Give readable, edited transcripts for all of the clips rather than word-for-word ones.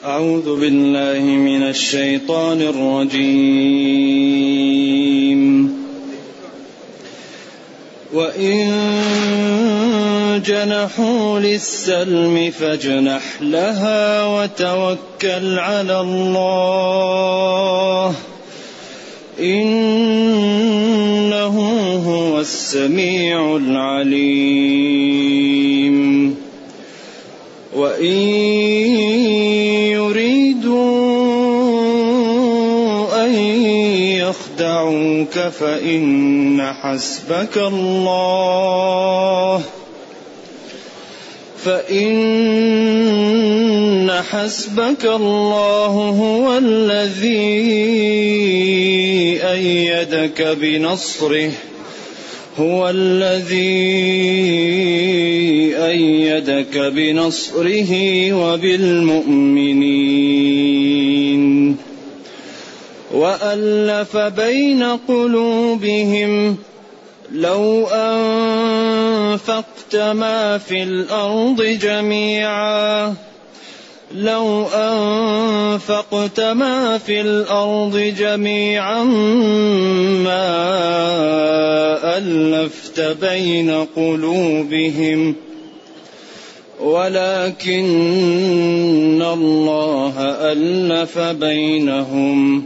أعوذ بالله من الشيطان الرجيم. وإن جنحوا للسلم فاجنح لها وتوكل على الله إنه هو السميع العليم. وإن يريدوا أن يخدعوك فإن حسبك الله هو الذي أيدك بنصره وبالمؤمنين وألف بين قلوبهم لو أنفقت ما في الأرض جميعا ما ألفت بين قلوبهم ولكن الله ألف بينهم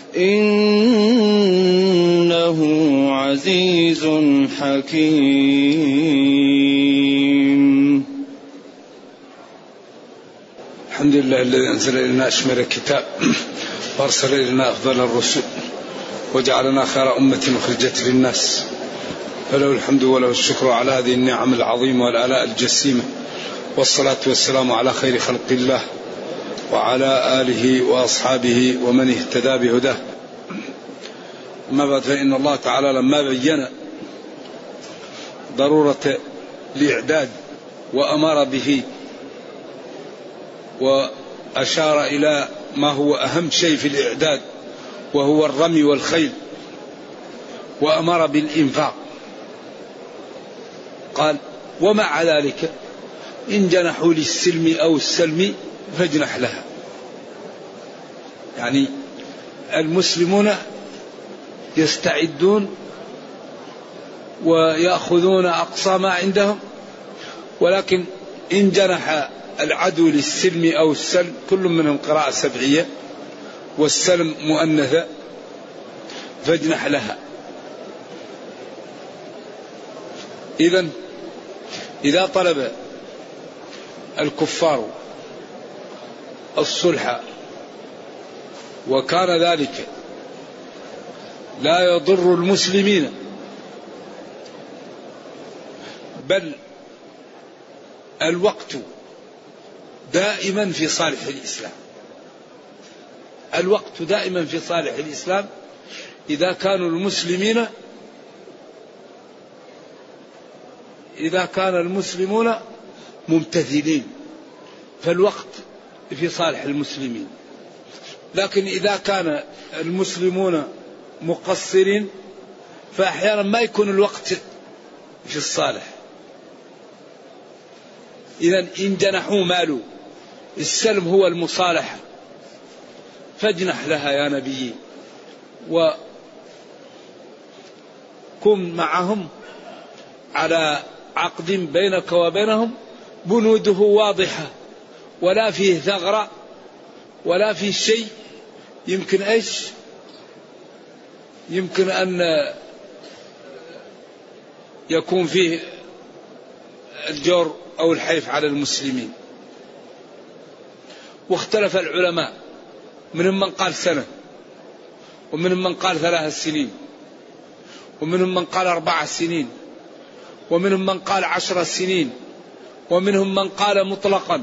إنه عزيز حكيم. الحمد لله الذي أنزل إلينا أشمل الكتاب وأرسل إلينا أفضل الرسل وجعلنا خير أمة أخرجت للناس، فله الحمد وله الشكر على هذه النعم العظيمة والآلاء الجسيمة، والصلاة والسلام على خير خلق الله وعلى آله وأصحابه ومن اهتدى بهداه. أما بعد، فإن الله تعالى لما بين ضرورة الإعداد وأمر به وأشار إلى ما هو أهم شيء في الإعداد وهو الرمي والخيل، وأمر بالإنفاق، قال: ومع ذلك إن جنحوا للسلم أو السلم فاجنح لها. يعني المسلمون يستعدون ويأخذون أقصى ما عندهم، ولكن إن جنح العدو للسلم أو السلم، كل منهم قراءة سبعية والسلم مؤنثة، فاجنح لها. إذا طلب الكفار الصلح وكان ذلك لا يضر المسلمين بل الوقت دائما في صالح الإسلام، الوقت دائما في صالح الإسلام إذا كان المسلمون ممتثلين، فالوقت في صالح المسلمين. لكن إذا كان المسلمون مقصرين فأحيانا ما يكون الوقت في الصالح. إذن إن جنحوا مالوا، السلم هو المصالحة، فاجنح لها يا نبي، وكن معهم على عقد بينك وبينهم بنوده واضحة، ولا فيه ثغرة ولا فيه شيء يمكن أن يكون فيه الجور أو الحيف على المسلمين. واختلف العلماء، منهم من قال سنة، ومنهم من قال 3 سنين، ومنهم من قال 4 سنين، ومنهم من قال 10 سنين، ومنهم من قال مطلقا.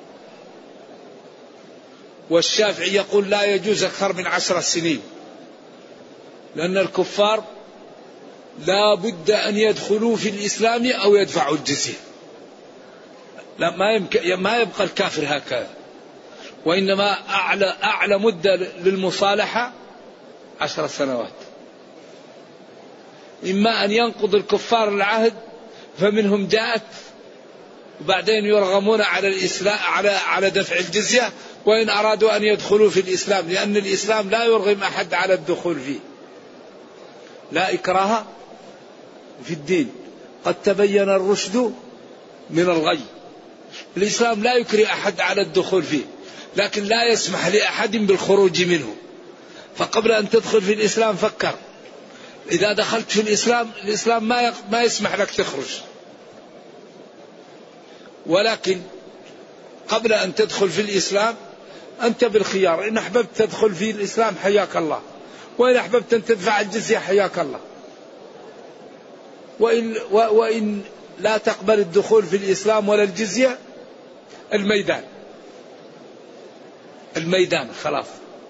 والشافعي يقول لا يجوز أكثر من 10 سنين، لأن الكفار لا بد أن يدخلوا في الإسلام أو يدفعوا الجزية. لا، ما يبقى الكافر هكذا، وإنما أعلى مدة للمصالحة 10 سنوات. إما أن ينقض الكفار العهد فمنهم جاءت، وبعدين يرغمون على الإسلام على دفع الجزية، وإن أرادوا أن يدخلوا في الإسلام، لأن الإسلام لا يرغم أحد على الدخول فيه، لا إكراه في الدين، قد تبين الرشد من الغي. الإسلام لا يكره أحد على الدخول فيه، لكن لا يسمح لأحد بالخروج منه. فقبل أن تدخل في الإسلام فكر، إذا دخلت في الإسلام ما يسمح لك تخرج. ولكن قبل أن تدخل في الإسلام أنت بالخيار، إن أحببت تدخل في الإسلام حياك الله، وإن أحببت أن تدفع الجزية حياك الله. وإن لا تقبل الدخول في الإسلام ولا الجزية، الميدان خلاص،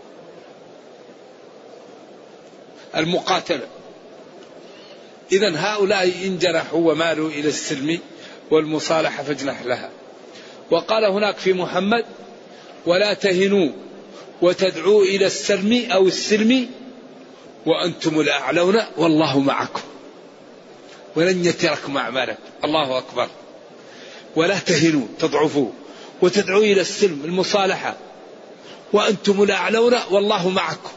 المقاتلة. إذن هؤلاء إن جنحوا ومالوا إلى السلم والمصالحة فاجنح لها. وقال هناك في محمد: ولا تهنوا وتدعوا إلى السلم أو السلم وأنتم الأعلون والله معكم ولن يتركم أعمالكم. الله أكبر. ولا تهنوا تضعفوا وتدعوا إلى السلم المصالحة وأنتم الأعلون والله معكم.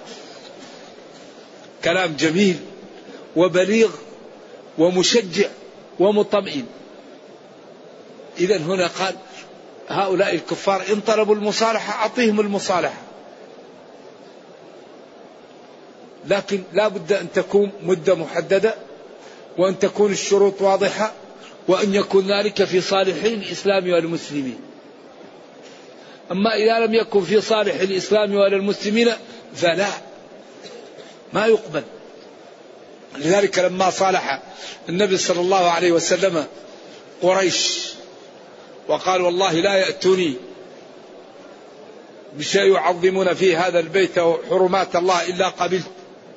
كلام جميل وبليغ ومشجع ومطمئن. إذن هنا قال هؤلاء الكفار إن طلبوا المصالحة أعطيهم المصالحة، لكن لا بد أن تكون مدة محددة، وأن تكون الشروط واضحة، وأن يكون ذلك في صالح الإسلام والمسلمين. أما إذا لم يكن في صالح الإسلام والمسلمين فلا، ما يقبل. لذلك لما صالح النبي صلى الله عليه وسلم قريش وقال: والله لا يأتوني بشيء يعظمون فيه هذا البيت وحرمات الله إلا قبلت.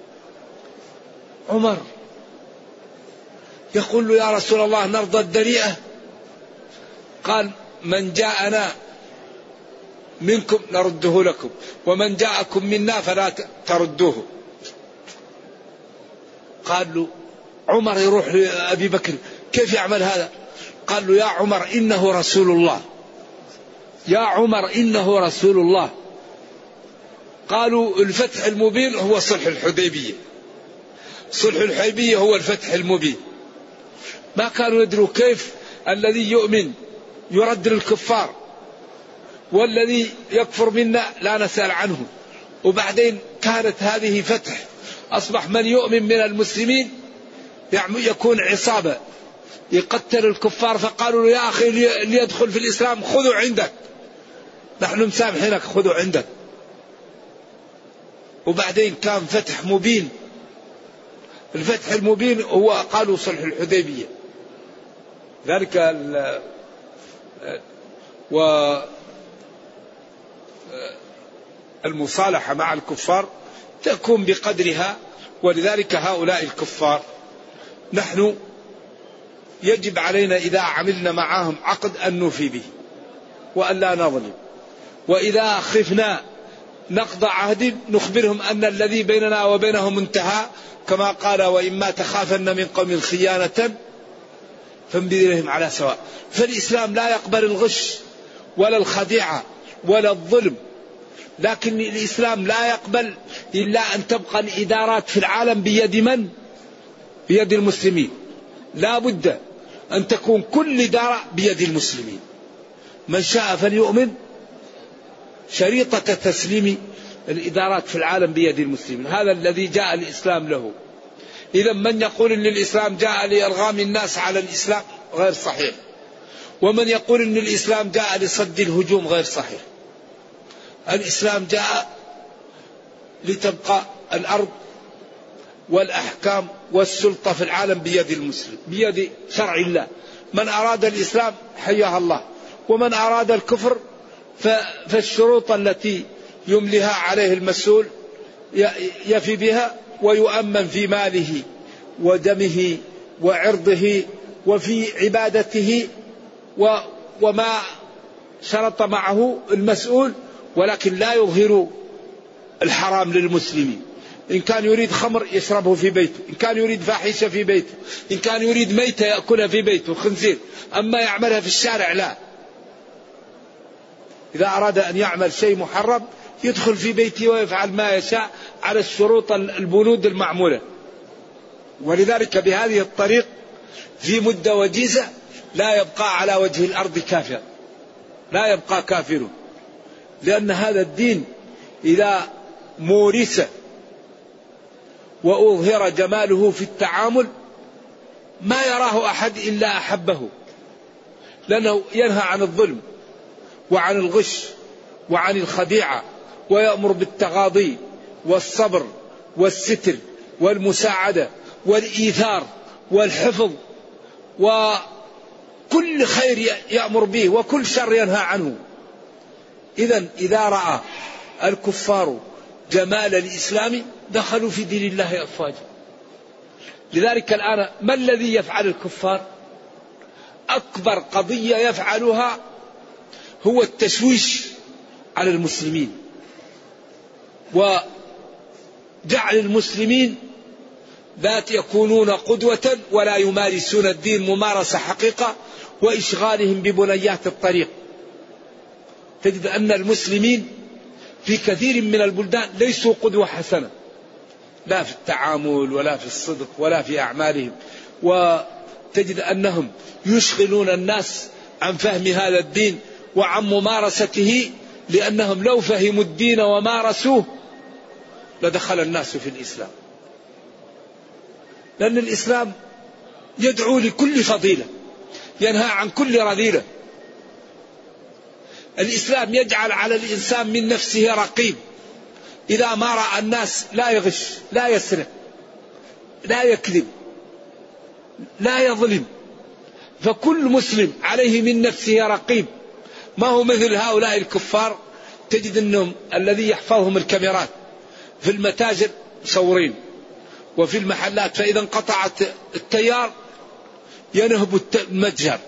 عمر يقول له: يا رسول الله نرضى الدنيئة؟ قال: من جاءنا منكم نرده لكم، ومن جاءكم منا فلا تردوه. قال له عمر يروح لأبي بكر: كيف يعمل هذا؟ قال له: يا عمر إنه رسول الله، يا عمر إنه رسول الله. قالوا: الفتح المبين هو صلح الحديبية، صلح الحديبية هو الفتح المبين. ما كانوا يدروا كيف الذي يؤمن يرد للكفار، والذي يكفر منا لا نسأل عنه. وبعدين كانت هذه فتح، أصبح من يؤمن من المسلمين يكون عصابة يقتل الكفار. فقالوا له: يا أخي اللي يدخل في الإسلام خذوا عندك، نحن مسامحينك خذوا عندك. وبعدين كان فتح مبين. الفتح المبين هو قالوا صلح الحديبية. ذلك والمصالحة مع الكفار تكون بقدرها. ولذلك هؤلاء الكفار نحن يجب علينا إذا عملنا معهم عقد أن نوفي به وأن لا نظلم، وإذا خفنا نقض عهد نخبرهم أن الذي بيننا وبينهم انتهى، كما قال: وإما تخافن من قوم خيانة فانبذ إليهم على سواء. فالإسلام لا يقبل الغش ولا الخديعة ولا الظلم، لكن الإسلام لا يقبل إلا أن تبقى الإدارات في العالم بيد من؟ بيد المسلمين. لا بد أن تكون كل إدارة بيد المسلمين. من شاء فليؤمن. شريطة تسليم الإدارات في العالم بيد المسلمين، هذا الذي جاء الإسلام له. إذا من يقول أن الإسلام جاء لإرغام الناس على الإسلام غير صحيح، ومن يقول أن الإسلام جاء لصد الهجوم غير صحيح. الإسلام جاء لتبقى الأرض والأحكام والسلطة في العالم بيد المسلم، بيد شرع الله. من أراد الإسلام حياه الله، ومن أراد الكفر فالشروط التي يمليها عليه المسؤول يفي بها، ويؤمن في ماله ودمه وعرضه وفي عبادته وما شرط معه المسؤول، ولكن لا يظهر الحرام للمسلمين. إن كان يريد خمر يشربه في بيته، إن كان يريد فاحشة في بيته، إن كان يريد ميتة يأكلها في بيته خنزير، أما يعملها في الشارع لا. إذا أراد أن يعمل شيء محرم يدخل في بيته ويفعل ما يشاء على الشروط البنود المعمولة. ولذلك بهذه الطريق في مدة وجيزة لا يبقى على وجه الأرض كافر، لا يبقى كافر، لأن هذا الدين إذا مورس وأظهر جماله في التعامل ما يراه أحد إلا أحبه، لأنه ينهى عن الظلم وعن الغش وعن الخديعة، ويأمر بالتغاضي والصبر والستر والمساعدة والإيثار والحفظ، وكل خير يأمر به وكل شر ينهى عنه. إذا رأى الكفار جمال الإسلام دخلوا في دين الله أفواجا. لذلك الآن ما الذي يفعل الكفار؟ أكبر قضية يفعلها هو التشويش على المسلمين، وجعل المسلمين ذات يكونون قدوة ولا يمارسون الدين ممارسة حقيقة، وإشغالهم ببنيات الطريق. تجد أن المسلمين في كثير من البلدان ليسوا قدوة حسنة، لا في التعامل ولا في الصدق ولا في أعمالهم، وتجد أنهم يشغلون الناس عن فهم هذا الدين وعن ممارسته، لأنهم لو فهموا الدين ومارسوه لدخل الناس في الإسلام. لأن الإسلام يدعو لكل فضيلة، ينهى عن كل رذيلة. الإسلام يجعل على الإنسان من نفسه رقيب، إذا ما رأى الناس لا يغش، لا يسرق، لا يكذب، لا يظلم، فكل مسلم عليه من نفسه رقيب. ما هو مثل هؤلاء الكفار، تجد أنهم الذي يحفظهم الكاميرات في المتاجر مصورين، وفي المحلات فإذا انقطعت التيار ينهب المتجر،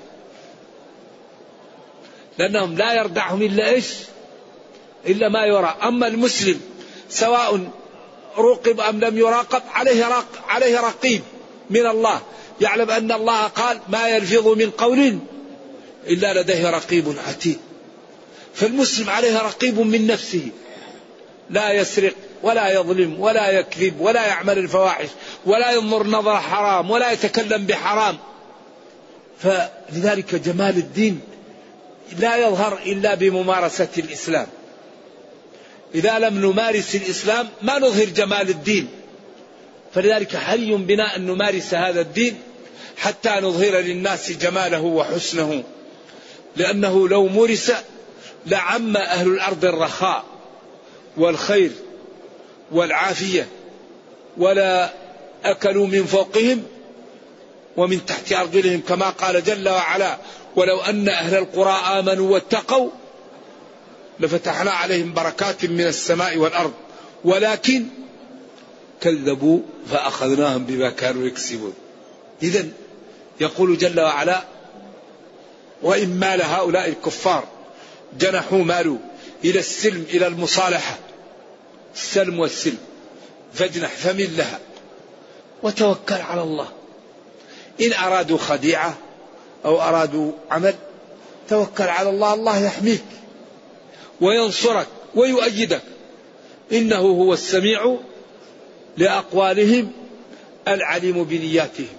لأنهم لا يردعهم إلا إيش؟ إلا ما يرى. أما المسلم سواء رقب أم لم يراقب عليه رقيب من الله، يعلم أن الله قال ما يلفظ من قول إلا لديه رقيب عتيد. فالمسلم عليه رقيب من نفسه، لا يسرق ولا يظلم ولا يكذب ولا يعمل الفواحش ولا ينظر نظر حرام ولا يتكلم بحرام. فلذلك جمال الدين لا يظهر إلا بممارسة الإسلام. إذا لم نمارس الإسلام ما نظهر جمال الدين. فلذلك حري بنا أن نمارس هذا الدين حتى نظهر للناس جماله وحسنه، لأنه لو مورس لعم أهل الأرض الرخاء والخير والعافية، ولا أكلوا من فوقهم ومن تحت أرجلهم، كما قال جل وعلا ولو أن أهل القرى آمنوا واتقوا لفتحنا عليهم بركات من السماء والأرض ولكن كذبوا فأخذناهم بما كانوا يكسبون. إذن يقول جل وعلا وإن مال هؤلاء الكفار جنحوا مالوا إلى السلم إلى المصالحة، السلم والسلم، فاجنح فمن لها وتوكل على الله. إن أرادوا خديعة أو أرادوا عمل توكل على الله، الله يحميك وينصرك ويؤيدك، إنه هو السميع لأقوالهم العليم بنياتهم.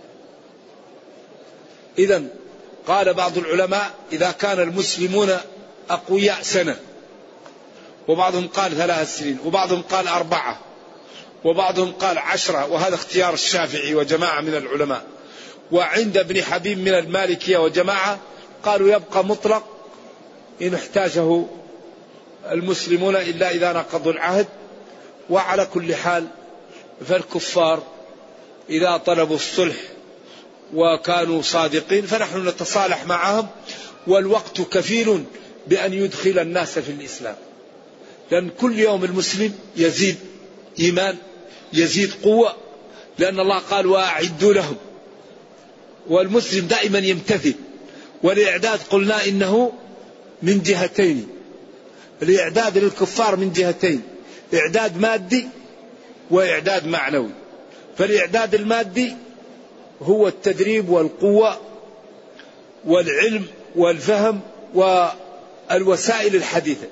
إذن قال بعض العلماء إذا كان المسلمون أقوياء سنة، وبعضهم قال 3 سنين، وبعضهم قال 4، وبعضهم قال 10، وهذا اختيار الشافعي وجماعة من العلماء. وعند ابن حبيب من المالكية وجماعة قالوا يبقى مطلق إن احتاجه المسلمون إلا إذا نقضوا العهد. وعلى كل حال فالكفار إذا طلبوا الصلح وكانوا صادقين فنحن نتصالح معهم، والوقت كفيل بأن يدخل الناس في الإسلام، لأن كل يوم المسلم يزيد إيمان يزيد قوة، لأن الله قال وأعدوا لهم. والمسلم دائما يمتثل، والإعداد قلنا إنه من جهتين، الإعداد للكفار من جهتين، إعداد مادي وإعداد معنوي. فالإعداد المادي هو التدريب والقوة والعلم والفهم الوسائل الحديثة،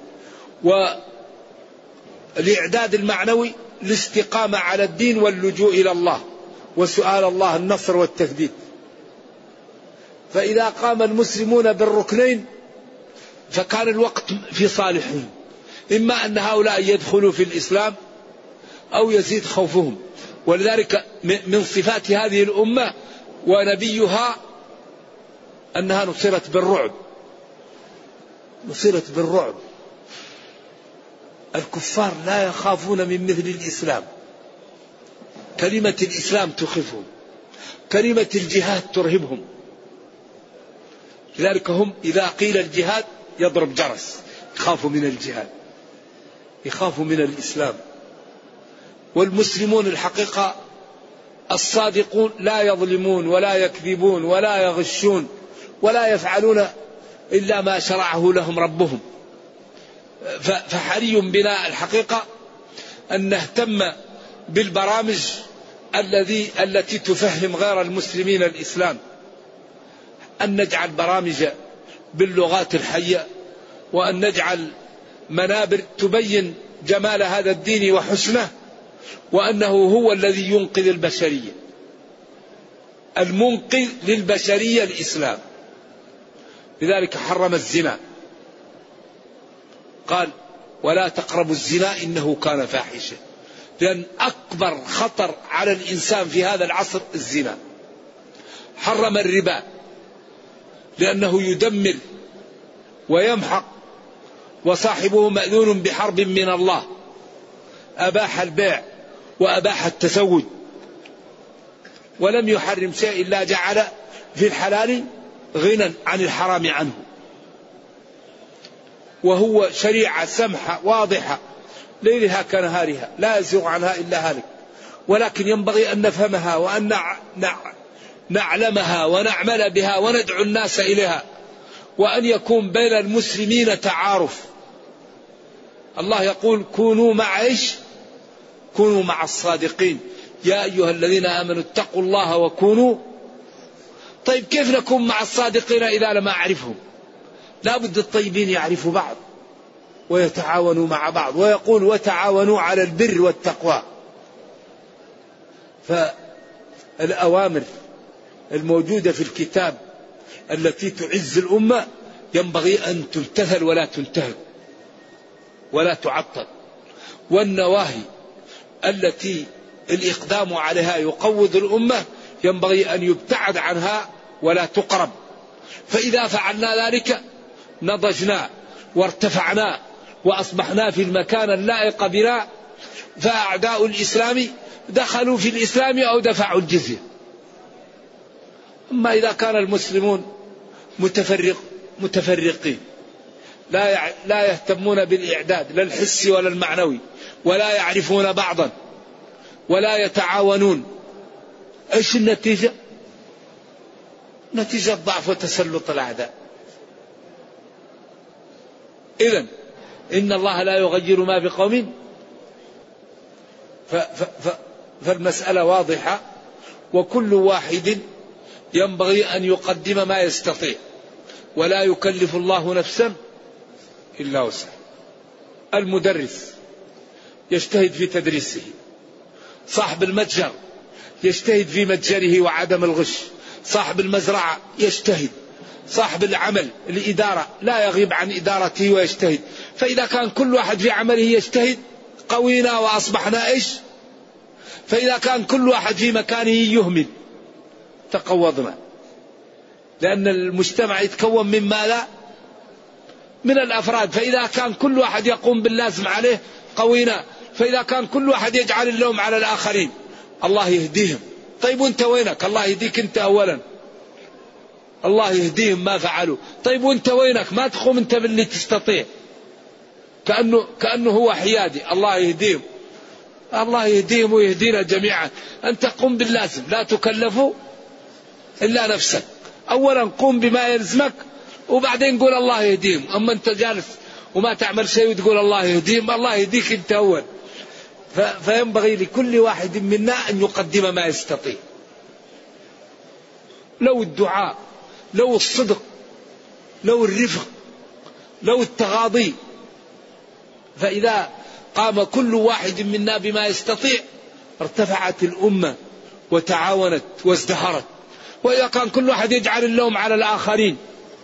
والإعداد المعنوي الاستقامة على الدين واللجوء إلى الله وسؤال الله النصر والتثبيت. فإذا قام المسلمون بالركنين فكان الوقت في صالحهم، إما أن هؤلاء يدخلوا في الإسلام أو يزيد خوفهم. ولذلك من صفات هذه الأمة ونبيها أنها نصرت بالرعب، نصرت بالرعب. الكفار لا يخافون من مثل الإسلام، كلمة الإسلام تخفهم، كلمة الجهاد ترهبهم. لذلك هم إذا قيل الجهاد يضرب جرس، يخافوا من الجهاد، يخافوا من الإسلام. والمسلمون الحقيقة الصادقون لا يظلمون ولا يكذبون ولا يغشون ولا يفعلون إلا ما شرعه لهم ربهم. فحري بنا الحقيقة أن نهتم بالبرامج التي تفهم غير المسلمين الإسلام، أن نجعل برامج باللغات الحية، وأن نجعل منابر تبين جمال هذا الدين وحسنه، وأنه هو الذي ينقذ البشرية. المنقذ للبشرية الإسلام. لذلك حرم الزنا، قال ولا تقربوا الزنا إنه كان فاحشة، لأن أكبر خطر على الإنسان في هذا العصر الزنا. حرم الربا لأنه يدمر ويمحق وصاحبه مأذون بحرب من الله. أباح البيع وأباح التزوج، ولم يحرم شيء إلا جعل في الحلال غنى عن الحرام عنه. وهو شريعة سمحة واضحة ليلها كنهارها لا يزيغ عنها إلا هالك، ولكن ينبغي أن نفهمها وأن نعلمها ونعمل بها وندعو الناس إليها، وأن يكون بين المسلمين تعارف. الله يقول كونوا مع إيش؟ كونوا مع الصادقين، يا أيها الذين آمنوا اتقوا الله وكونوا. طيب كيف نكون مع الصادقين إذا لم أعرفهم؟ لا بد الطيبين يعرفوا بعض ويتعاونوا مع بعض، ويقول وتعاونوا على البر والتقوى. فالأوامر الموجودة في الكتاب التي تعز الأمة ينبغي أن تمتثل ولا تنتهك ولا تعطل، والنواهي التي الإقدام عليها يقوض الأمة ينبغي أن يبتعد عنها ولا تقرب. فإذا فعلنا ذلك نضجنا وارتفعنا وأصبحنا في المكان اللائق بنا، فأعداء الإسلام دخلوا في الإسلام أو دفعوا الجزية. أما إذا كان المسلمون متفرقين لا يهتمون بالإعداد لا الحسي ولا المعنوي، ولا يعرفون بعضا ولا يتعاونون، ايش النتيجة؟ نتيجة ضعف وتسلط الأعداء. إذن إن الله لا يغير ما بقوم. فالمسألة واضحة، وكل واحد ينبغي أن يقدم ما يستطيع، ولا يكلف الله نفسا إلا وسعها. المدرس يجتهد في تدريسه، صاحب المتجر يجتهد في متجره وعدم الغش، صاحب المزرعة يجتهد، صاحب العمل الإدارة لا يغيب عن إدارته ويجتهد. فإذا كان كل واحد في عمله يجتهد قوينا وأصبحنا إيش؟ فإذا كان كل واحد في مكانه يهمل تقوضنا، لأن المجتمع يتكون من ماذا؟ من الأفراد. فإذا كان كل واحد يقوم باللازم عليه قوينا، فإذا كان كل واحد يجعل اللوم على الآخرين الله يهديهم. طيب وانت وينك؟ الله يهديك انت أولا، الله يهديهم ما فعلوا. طيب وانت وينك؟ ما تقوم انت باللي تستطيع، كأنه هو حيادي. الله يهديهم، الله يهديهم ويهدينا جميعا. أنت قم باللازم، لا تكلفوا إلا نفسك. أولا قم بما يلزمك وبعدين قول الله يهديهم. أما أنت جالس وما تعمل شيء وتقول الله يهديهم، الله يهديك أنت أول. فينبغي لكل واحد منا أن يقدم ما يستطيع، لو الدعاء، لو الصدق، لو الرفق، لو التغاضي، فإذا قام كل واحد منا بما يستطيع ارتفعت الأمة وتعاونت وازدهرت. وإذا كان كل واحد يجعل اللوم على الآخرين،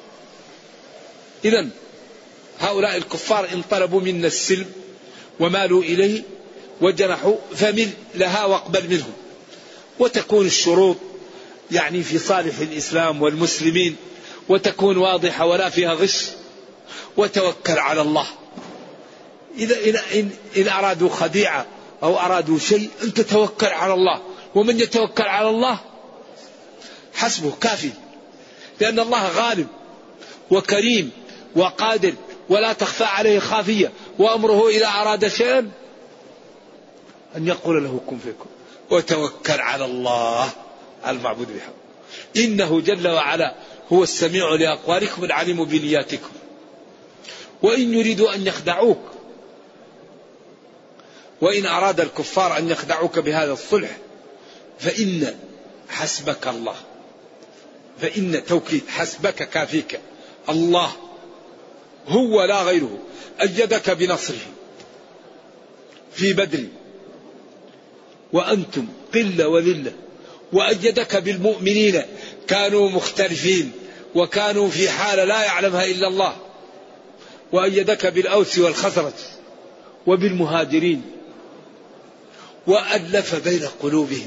إذن هؤلاء الكفار إن طلبوا منا السلم ومالوا إليه وجنحوا فمل لها واقبل منهم، وتكون الشروط يعني في صالح الإسلام والمسلمين، وتكون واضحة ولا فيها غش، وتوكل على الله. إن أرادوا خديعة أو أرادوا شيء أنت توكل على الله، ومن يتوكل على الله حسبه كافي، لأن الله غالب وكريم وقادر ولا تخفى عليه خافية، وأمره إذا أراد شيئا أن يقول له كن فيكون. وتوكل على الله المعبود بحق، إنه جل وعلا هو السميع لأقوالكم العليم بنياتكم. وإن يريدوا أن يخدعوك، وإن أراد الكفار أن يخدعوك بهذا الصلح فإن حسبك الله، فإن توكيد حسبك كافيك الله هو لا غيره، أيدك بنصره في بدر وأنتم قلة وذلة، وأيدك بالمؤمنين كانوا مختلفين وكانوا في حالة لا يعلمها إلا الله، وأيدك بالأوس والخزرج وبالمهاجرين، وألف بين قلوبهم،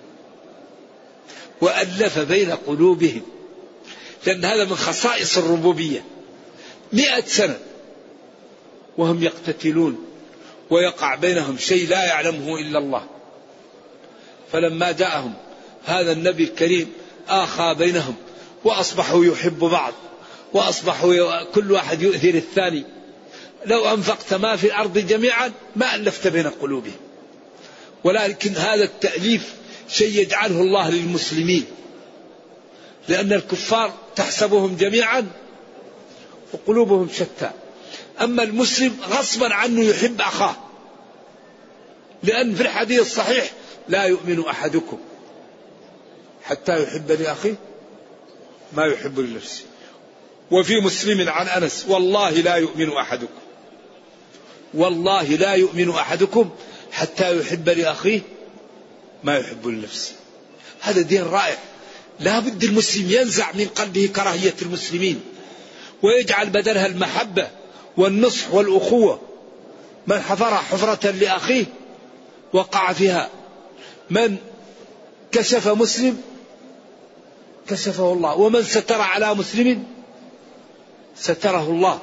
وألف بين قلوبهم، لأن هذا من خصائص الربوبية. 100 سنة وهم يقتتلون ويقع بينهم شيء لا يعلمه إلا الله، فلما جاءهم هذا النبي الكريم آخى بينهم وأصبحوا يحب بعض، وأصبحوا كل واحد يؤثر الثاني. لو أنفقت ما في الأرض جميعا ما ألفت بين قلوبهم، ولكن هذا التأليف شيء يجعله الله للمسلمين، لأن الكفار تحسبهم جميعا وقلوبهم شتى. أما المسلم غصبا عنه يحب أخاه، لأن في الحديث الصحيح لا يؤمن أحدكم حتى يحب لأخيه ما يحب لنفسه. وفي مسلم عن أنس والله لا يؤمن أحدكم، والله لا يؤمن أحدكم حتى يحب لأخيه ما يحب لنفسه. هذا دين رائع، لا بد المسلم ينزع من قلبه كراهية المسلمين ويجعل بدلها المحبة والنصح والأخوة. من حفر حفرة لأخيه وقع فيها، من كشف مسلم كشفه الله، ومن ستر على مسلم ستره الله.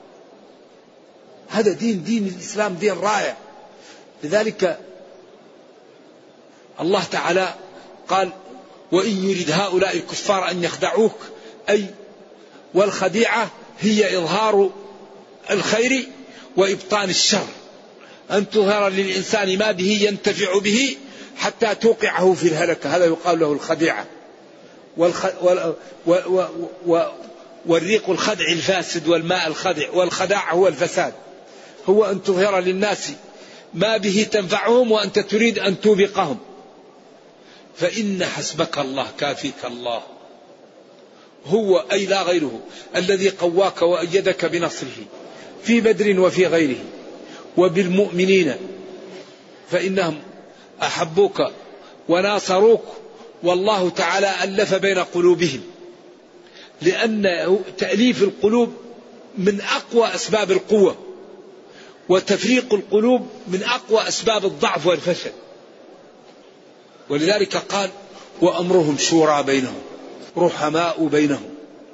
هذا دين الإسلام دين رائع. لذلك الله تعالى قال وإن يريد هؤلاء الكفار أن يخدعوك، أي والخديعة هي إظهار الخير وإبطان الشر، أن تظهر للإنسان ما به ينتفع به حتى توقعه في الهلكة، هذا يقال له الخديعة. والريق الخدع الفاسد والماء الخدع، والخداع هو الفساد، هو أن تظهر للناس ما به تنفعهم وأنت تريد أن توبقهم. فإن حسبك الله كافيك الله هو أي لا غيره الذي قواك وأيدك بنصره في بدر وفي غيره، وبالمؤمنين فإنهم أحبوك وناصروك، والله تعالى ألف بين قلوبهم، لأن تأليف القلوب من أقوى أسباب القوة، وتفريق القلوب من أقوى أسباب الضعف والفشل. ولذلك قال وأمرهم شورى بينهم رحماء بينهم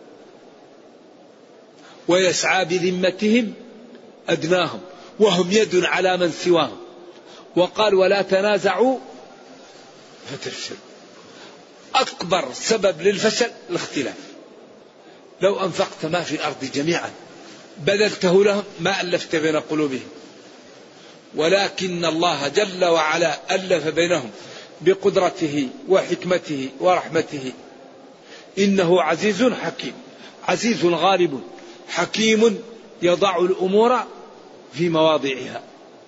ويسعى بذمتهم أدناهم وهم يد على من سواهم. وقال ولا تنازعوا فتفشلوا. أكبر سبب للفشل الاختلاف. لو أنفقت ما في الأرض جميعا بذلته لهم ما ألفت بين قلوبهم، ولكن الله جل وعلا ألف بينهم بقدرته وحكمته ورحمته. إنه عزيز حكيم، عزيز غالب حكيم يضع الأمور في مواضعها.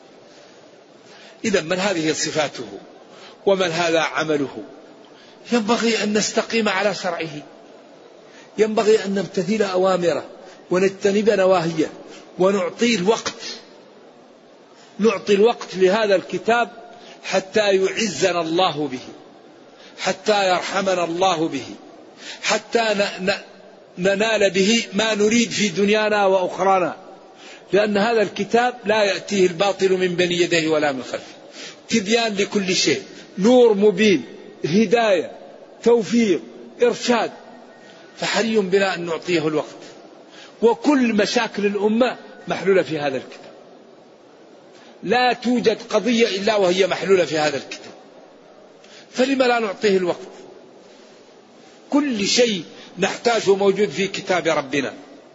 إذا من هذه صفاته ومن هذا عمله، ينبغي أن نستقيم على شرعه، ينبغي أن نمتثل أوامره ونجتنب نواهيه ونعطيه الوقت، نعطي الوقت لهذا الكتاب حتى يعزنا الله به، حتى يرحمنا الله به، حتى ننال به ما نريد في دنيانا وأخرانا. لأن هذا الكتاب لا يأتيه الباطل من بين يديه ولا من خلفه، تبيان لكل شيء، نور مبين، هداية، توفيق، إرشاد. فحري بنا أن نعطيه الوقت. وكل مشاكل الأمة محلولة في هذا الكتاب، لا توجد قضية إلا وهي محلولة في هذا الكتاب، فلما لا نعطيه الوقت؟ كل شيء نحتاجه موجود في كتاب ربنا.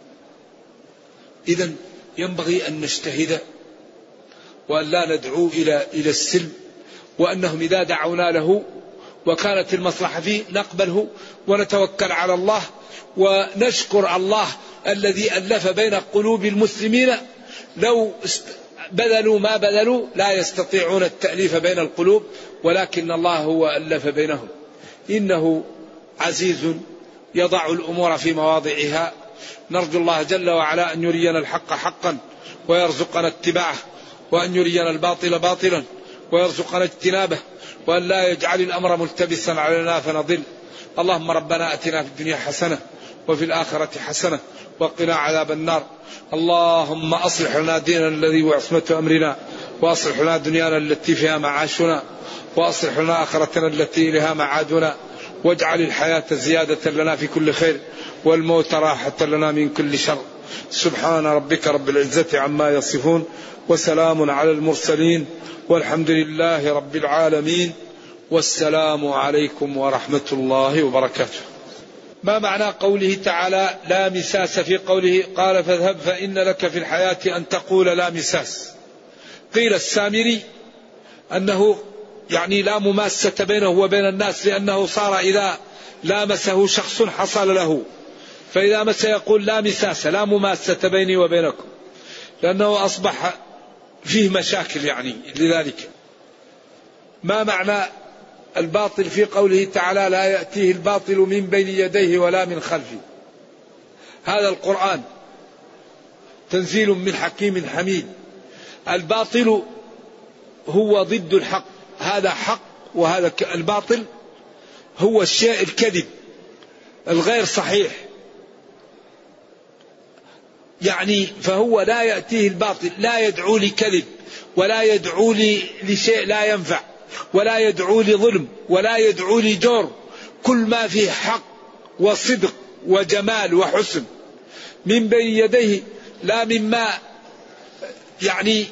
إذن ينبغي أن نجتهد وأن لا ندعو إلى السلم، وأنهم إذا دعونا له وكانت المصلحة فيه نقبله ونتوكل على الله ونشكر الله الذي ألف بين قلوب المسلمين. لو بذلوا ما بذلوا لا يستطيعون التأليف بين القلوب، ولكن الله هو ألف بينهم. إنه عزيز يضع الأمور في مواضعها. نرجو الله جل وعلا أن يرينا الحق حقا ويرزقنا اتباعه، وأن يرينا الباطل باطلا ويرزقنا اجتنابه، وأن لا يجعل الأمر ملتبسا علينا فنضل. اللهم ربنا أتنا في الدنيا حسنة وفي الآخرة حسنة وقنا عذاب النار. اللهم أصلح لنا ديننا الذي هو عصمة أمرنا، وأصلح لنا دنيانا التي فيها معاشنا، وأصلح لنا آخرتنا التي إليها معادنا، واجعل الحياة زيادة لنا في كل خير والموت راحة لنا من كل شر. سبحان ربك رب العزة عما يصفون، وسلام على المرسلين، والحمد لله رب العالمين، والسلام عليكم ورحمة الله وبركاته. ما معنى قوله تعالى لا مساس في قوله قال فاذهب فإن لك في الحياة أن تقول لا مساس؟ قيل السامري أنه يعني لا مماسة بينه وبين الناس، لأنه صار إذا لامسه شخص حصل له، فإذا مس يقول لا مساس، لا مماسة بيني وبينكم، لأنه أصبح فيه مشاكل يعني لذلك. ما معنى الباطل في قوله تعالى لا يأتيه الباطل من بين يديه ولا من خلفه؟ هذا القرآن تنزيل من حكيم حميد. الباطل هو ضد الحق، هذا حق وهذا الباطل هو الشيء الكذب الغير صحيح، يعني فهو لا يأتيه الباطل، لا يدعو لكذب ولا يدعو لشيء لا ينفع ولا يدعو لظلم ولا يدعو لجور، كل ما فيه حق وصدق وجمال وحسن من بين يديه، لا مما يعني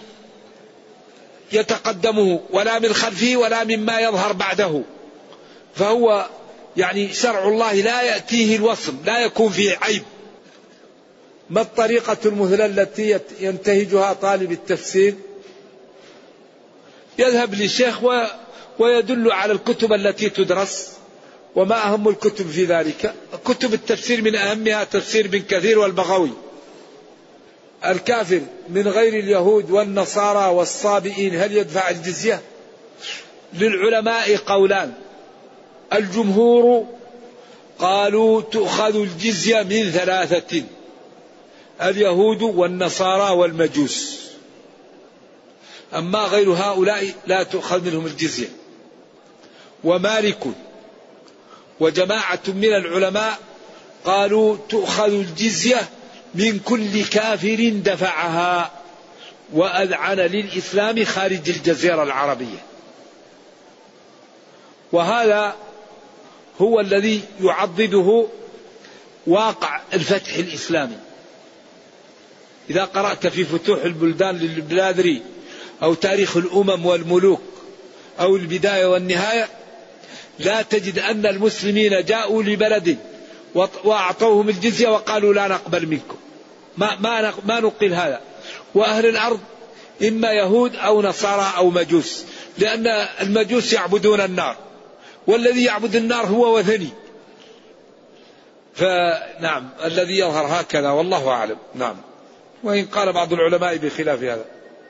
يتقدمه ولا من خلفه ولا مما يظهر بعده. فهو يعني شرع الله لا يأتيه الوصم، لا يكون فيه عيب. ما الطريقة المثلى التي ينتهجها طالب التفسير؟ يذهب للشيخ ويدل على الكتب التي تدرس، وما أهم الكتب في ذلك؟ كتب التفسير من أهمها تفسير ابن كثير والبغوي. الكافر من غير اليهود والنصارى والصابئين هل يدفع الجزية؟ للعلماء قولان، الجمهور قالوا تؤخذ الجزية من ثلاثة: اليهود والنصارى والمجوس، أما غير هؤلاء لا تؤخذ منهم الجزية. ومالك وجماعة من العلماء قالوا تؤخذ الجزية من كل كافر دفعها وأذعن للإسلام خارج الجزيرة العربية. وهذا هو الذي يعضده واقع الفتح الإسلامي. إذا قرأت في فتوح البلدان للبلادري أو تاريخ الأمم والملوك أو البداية والنهاية، لا تجد أن المسلمين جاءوا لبلد وأعطوهم الجزية وقالوا لا نقبل منكم، ما نقل هذا. وأهل الأرض إما يهود أو نصارى أو مجوس، لأن المجوس يعبدون النار، والذي يعبد النار هو وثني. فنعم الذي يظهر هكذا والله أعلم. نعم، وإن قال بعض العلماء بخلاف هذا.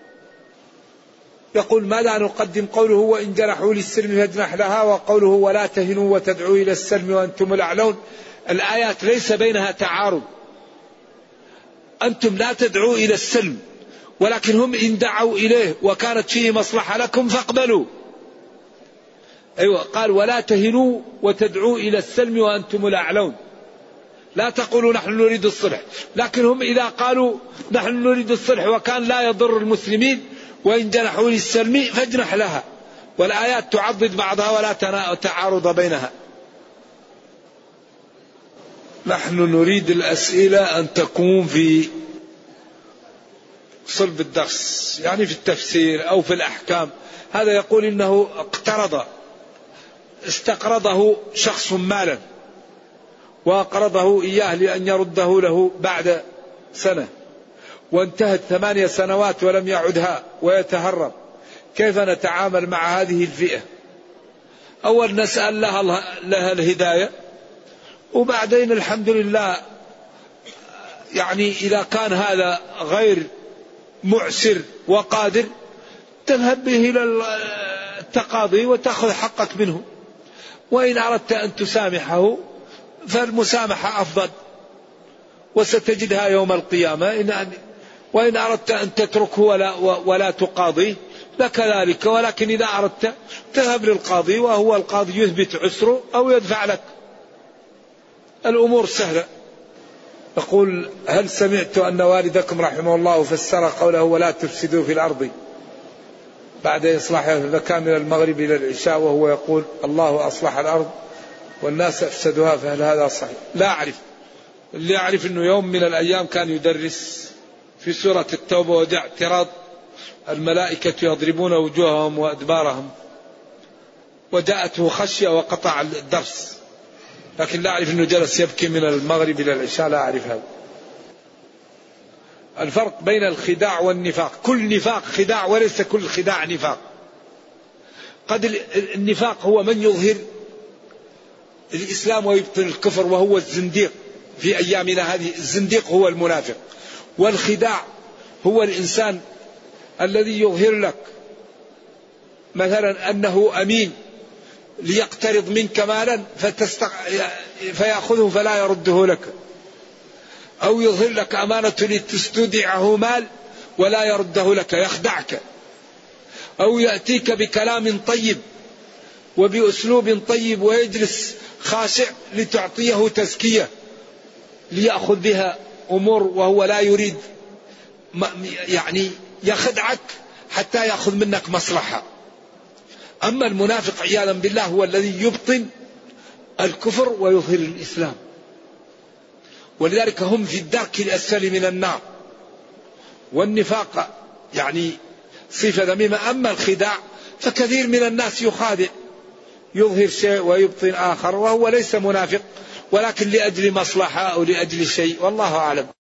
يقول ماذا نقدم؟ قوله وإن جنحوا للسلم فاجنح لها، وقوله ولا تهنوا وتدعوا إلى السلم وأنتم الأعلون. الآيات ليس بينها تعارض. أنتم لا تدعوا إلى السلم، ولكن هم إن دعوا إليه وكانت فيه مصلحة لكم فاقبلوا. أيوة، قال ولا تهنوا وتدعوا إلى السلم وأنتم الأعلون. لا تقولوا نحن نريد الصلح، لكن هم إذا قالوا نحن نريد الصلح وكان لا يضر المسلمين وإن جنحوا للسلم فاجنح لها. والآيات تعضد بعضها ولا تعارض بينها. نحن نريد الأسئلة أن تكون في صلب الدرس، يعني في التفسير أو في الأحكام. هذا يقول إنه استقرضه شخص مالا وأقرضه إياه لأن يرده له بعد سنة، وانتهت 8 سنوات ولم يعدها ويتهرب. كيف نتعامل مع هذه الفئة؟ أول نسأل لها الهداية، وبعدين الحمد لله يعني إذا كان هذا غير معسر وقادر تذهب به إلى التقاضي وتأخذ حقك منه. وإن أردت أن تسامحه فالمسامحة أفضل وستجدها يوم القيامة. وإن أردت أن تتركه ولا تقاضيه لكذلك. ولكن إذا أردت تذهب للقاضي وهو القاضي يثبت عسره أو يدفع لك. الأمور سهلة. يقول هل سمعت أن والدكم رحمه الله فسر قوله ولا تفسدوا في الأرض بعد إصلاحها فكان من المغرب إلى العشاء وهو يقول الله أصلح الأرض والناس أفسدوها، فهل هذا صحيح؟ لا أعرف. اللي أعرف أنه يوم من الأيام كان يدرس في سورة التوبة وجاء اعتراض الملائكة يضربون وجوههم وأدبارهم وجاءته خشية وقطع الدرس، لكن لا أعرف أنه جلس يبكي من المغرب إلى العشاء، لا أعرف هذا. الفرق بين الخداع والنفاق، كل نفاق خداع وليس كل خداع نفاق. قد النفاق هو من يظهر الإسلام ويبطن الكفر وهو الزنديق. في أيامنا هذه الزنديق هو المنافق. والخداع هو الإنسان الذي يظهر لك مثلا أنه أمين ليقترض منك مالا فيأخذه فلا يرده لك، أو يظهر لك أمانة لتستودعه مال ولا يرده لك، يخدعك. أو يأتيك بكلام طيب وبأسلوب طيب ويجلس خاشع لتعطيه تزكية ليأخذ بها أمور وهو لا يريد، يعني يخدعك حتى يأخذ منك مصلحة. أما المنافق عياذا بالله هو الذي يبطن الكفر ويظهر الإسلام، ولذلك هم في الدرك الأسفل من النار. والنفاق يعني صفة ذميمة. أما الخداع فكثير من الناس يخادع، يظهر شيء ويبطن آخر وهو ليس منافق ولكن لأجل مصلحة أو لأجل شيء، والله أعلم.